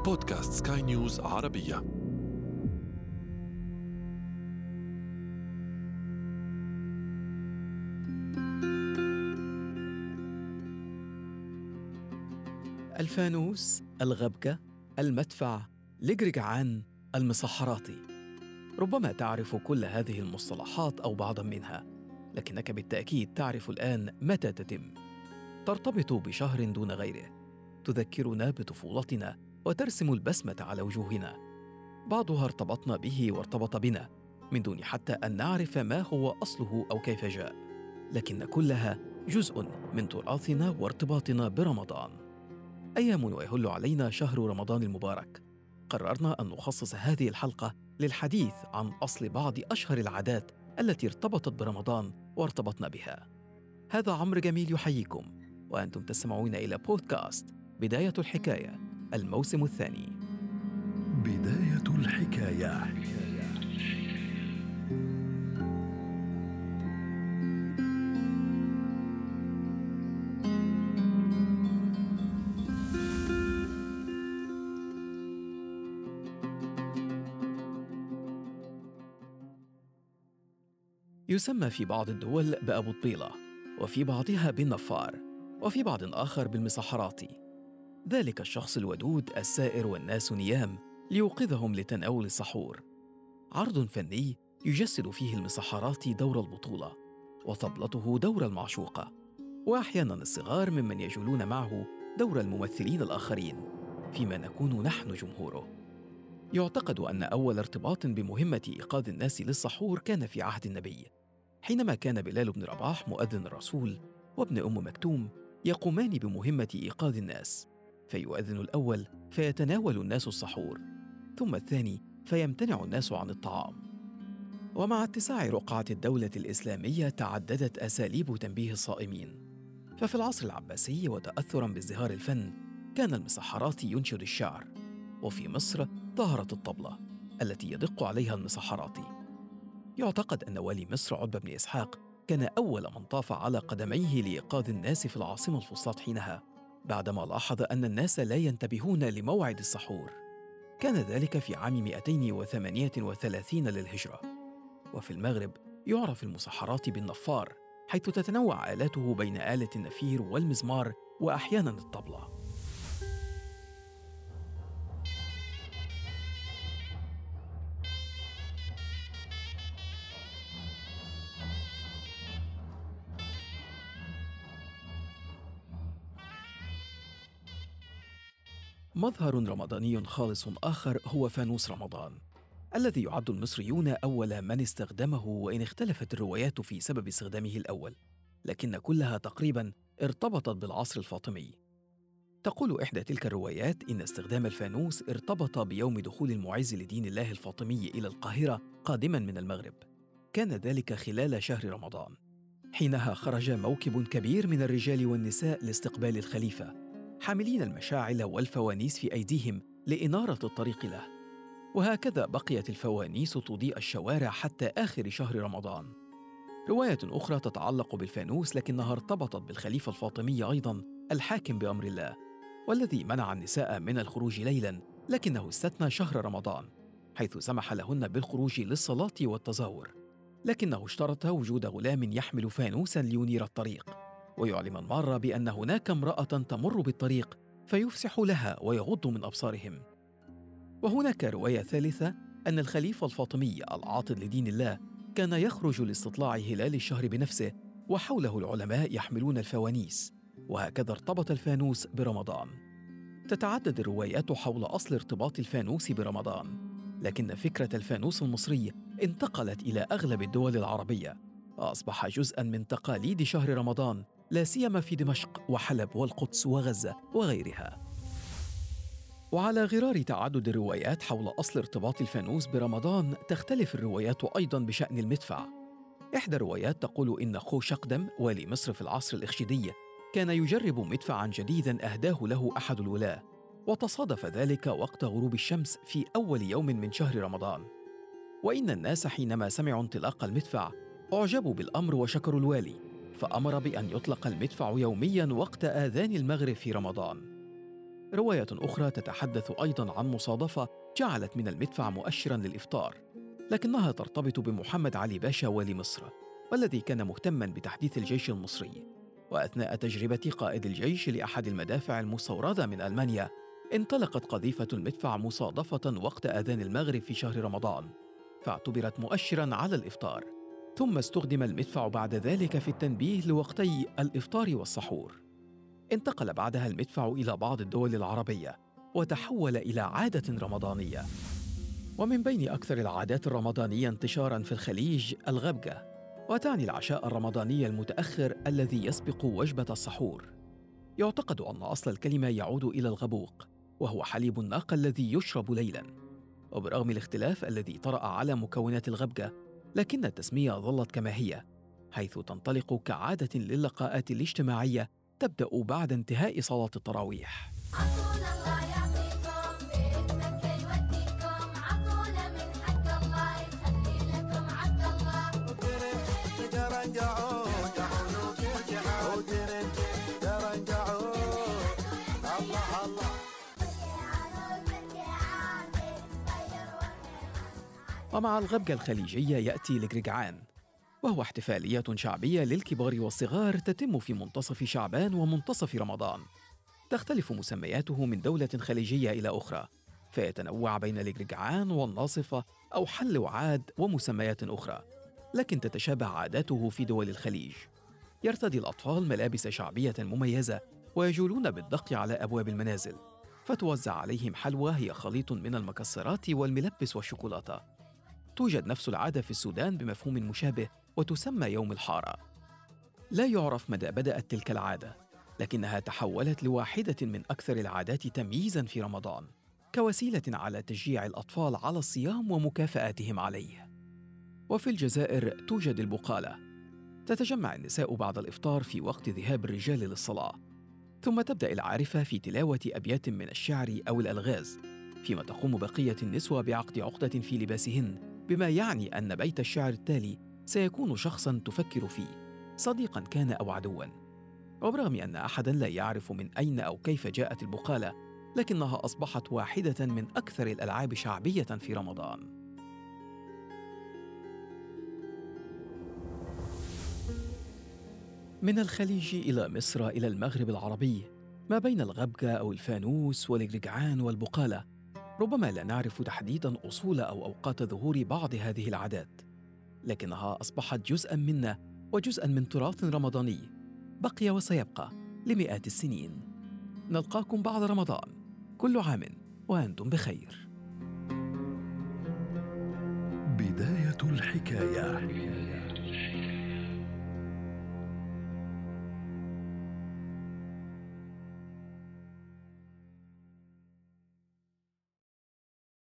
بودكاست سكاي نيوز عربية. الفانوس، الغبكة، المدفع، الجرجعان، المسحراتي. ربما تعرف كل هذه المصطلحات أو بعضا منها، لكنك بالتأكيد تعرف الآن متى تتم. ترتبط بشهر دون غيره، تذكرنا بطفولتنا وترسم البسمة على وجوهنا. بعضها ارتبطنا به وارتبط بنا من دون حتى أن نعرف ما هو أصله أو كيف جاء، لكن كلها جزء من تراثنا وارتباطنا برمضان. أيام يهل علينا شهر رمضان المبارك. قررنا أن نخصص هذه الحلقة للحديث عن أصل بعض أشهر العادات التي ارتبطت برمضان وارتبطنا بها. هذا عمرو جميل يحييكم، وأنتم تستمعون إلى بودكاست بداية الحكاية، الموسم الثاني. بداية الحكاية. يسمى في بعض الدول بأبو الطيلة، وفي بعضها بالنفار، وفي بعض آخر بالمسحراتي. ذلك الشخص الودود السائر والناس نيام ليوقظهم لتناول السحور. عرض فني يجسد فيه المسحراتي دور البطولة، وطبلته دور المعشوقة، وأحيانا الصغار ممن يجولون معه دور الممثلين الآخرين، فيما نكون نحن جمهوره. يعتقد أن أول ارتباط بمهمة إيقاظ الناس للسحور كان في عهد النبي، حينما كان بلال بن رباح مؤذن الرسول وابن أم مكتوم يقومان بمهمة إيقاظ الناس، فيؤذن الأول فيتناول الناس السحور، ثم الثاني فيمتنع الناس عن الطعام. ومع اتساع رقعة الدولة الإسلامية تعددت أساليب تنبيه الصائمين، ففي العصر العباسي وتأثراً بازدهار الفن كان المسحراتي ينشد الشعر، وفي مصر ظهرت الطبلة التي يدق عليها المسحراتي. يعتقد أن والي مصر عتبة بن إسحاق كان أول من طاف على قدميه لإيقاظ الناس في العاصمة الفسطاط حينها، بعدما لاحظ أن الناس لا ينتبهون لموعد السحور. كان ذلك في عام 238 للهجرة. وفي المغرب يعرف المسحراتي بالنفار، حيث تتنوع آلاته بين آلة النفير والمزمار وأحيانا الطبلة. مظهر رمضاني خالص آخر هو فانوس رمضان، الذي يعد المصريون أول من استخدمه، وإن اختلفت الروايات في سبب استخدامه الأول، لكن كلها تقريباً ارتبطت بالعصر الفاطمي. تقول إحدى تلك الروايات إن استخدام الفانوس ارتبط بيوم دخول المعز لدين الله الفاطمي إلى القاهرة قادماً من المغرب. كان ذلك خلال شهر رمضان، حينها خرج موكب كبير من الرجال والنساء لاستقبال الخليفة، حاملين المشاعل والفوانيس في أيديهم لإنارة الطريق له. وهكذا بقيت الفوانيس تضيء الشوارع حتى آخر شهر رمضان. رواية أخرى تتعلق بالفانوس لكنها ارتبطت بالخليفة الفاطمي أيضاً، الحاكم بأمر الله، والذي منع النساء من الخروج ليلاً، لكنه استثنى شهر رمضان حيث سمح لهن بالخروج للصلاة والتزاور، لكنه اشترط وجود غلام يحمل فانوساً لينير الطريق، ويعلم المار بأن هناك امرأة تمر بالطريق فيفسح لها ويغض من أبصارهم. وهناك رواية ثالثة أن الخليفة الفاطمي العاطل لدين الله كان يخرج لاستطلاع هلال الشهر بنفسه، وحوله العلماء يحملون الفوانيس، وهكذا ارتبط الفانوس برمضان. تتعدد الروايات حول أصل ارتباط الفانوس برمضان، لكن فكرة الفانوس المصري انتقلت إلى أغلب الدول العربية، وأصبح جزءاً من تقاليد شهر رمضان، لا سيما في دمشق وحلب والقدس وغزة وغيرها. وعلى غرار تعدد الروايات حول أصل ارتباط الفانوس برمضان، تختلف الروايات أيضاً بشأن المدفع. إحدى الروايات تقول إن خوشقدم والي مصر في العصر الإخشيدي كان يجرب مدفعاً جديداً أهداه له أحد الولاة، وتصادف ذلك وقت غروب الشمس في أول يوم من شهر رمضان. وإن الناس حينما سمعوا انطلاق المدفع أعجبوا بالأمر وشكروا الوالي، فأمر بأن يطلق المدفع يومياً وقت آذان المغرب في رمضان. رواية أخرى تتحدث أيضاً عن مصادفة جعلت من المدفع مؤشراً للإفطار، لكنها ترتبط بمحمد علي باشا والي مصر، والذي كان مهتماً بتحديث الجيش المصري. وأثناء تجربة قائد الجيش لأحد المدافع المستوردة من ألمانيا، انطلقت قذيفة المدفع مصادفة وقت آذان المغرب في شهر رمضان، فاعتبرت مؤشراً على الإفطار. ثم استخدم المدفع بعد ذلك في التنبيه لوقتي الإفطار والسحور. انتقل بعدها المدفع إلى بعض الدول العربية وتحول إلى عادة رمضانية. ومن بين أكثر العادات الرمضانية انتشاراً في الخليج الغبجة، وتعني العشاء الرمضاني المتأخر الذي يسبق وجبة السحور. يعتقد أن أصل الكلمة يعود إلى الغبوق، وهو حليب الناقة الذي يشرب ليلاً. وبرغم الاختلاف الذي طرأ على مكونات الغبجة، لكن التسمية ظلت كما هي، حيث تنطلق كعادة للقاءات الاجتماعية تبدأ بعد انتهاء صلاة التراويح. ومع الغبجة الخليجية يأتي الجرجعان، وهو احتفالية شعبية للكبار والصغار تتم في منتصف شعبان ومنتصف رمضان. تختلف مسمياته من دولة خليجية إلى أخرى، فيتنوع بين الجرجعان والناصفة أو حل وعاد ومسميات أخرى، لكن تتشابه عاداته في دول الخليج. يرتدي الأطفال ملابس شعبية مميزة ويجولون بالدق على أبواب المنازل، فتوزع عليهم حلوى هي خليط من المكسرات والملبس والشوكولاتة. توجد نفس العادة في السودان بمفهوم مشابه وتسمى يوم الحارة. لا يعرف متى بدأت تلك العادة، لكنها تحولت لواحدة من أكثر العادات تمييزاً في رمضان، كوسيلة على تشجيع الأطفال على الصيام ومكافآتهم عليه. وفي الجزائر توجد البقالة. تتجمع النساء بعد الإفطار في وقت ذهاب الرجال للصلاة، ثم تبدأ العارفة في تلاوة أبيات من الشعر أو الألغاز، فيما تقوم بقية النسوة بعقد عقدة في لباسهن، بما يعني أن بيت الشعر التالي سيكون شخصاً تفكر فيه، صديقاً كان أو عدواً. وبرغم أن أحداً لا يعرف من أين أو كيف جاءت البقالة، لكنها أصبحت واحدة من أكثر الألعاب شعبية في رمضان. من الخليج إلى مصر إلى المغرب العربي، ما بين الغبجة أو الفانوس والجرجعان والبقالة، ربما لا نعرف تحديداً أصول أو أوقات ظهور بعض هذه العادات، لكنها أصبحت جزءاً منا وجزءاً من تراث رمضاني بقي وسيبقى لمئات السنين. نلقاكم بعد رمضان، كل عام وأنتم بخير. بداية الحكاية.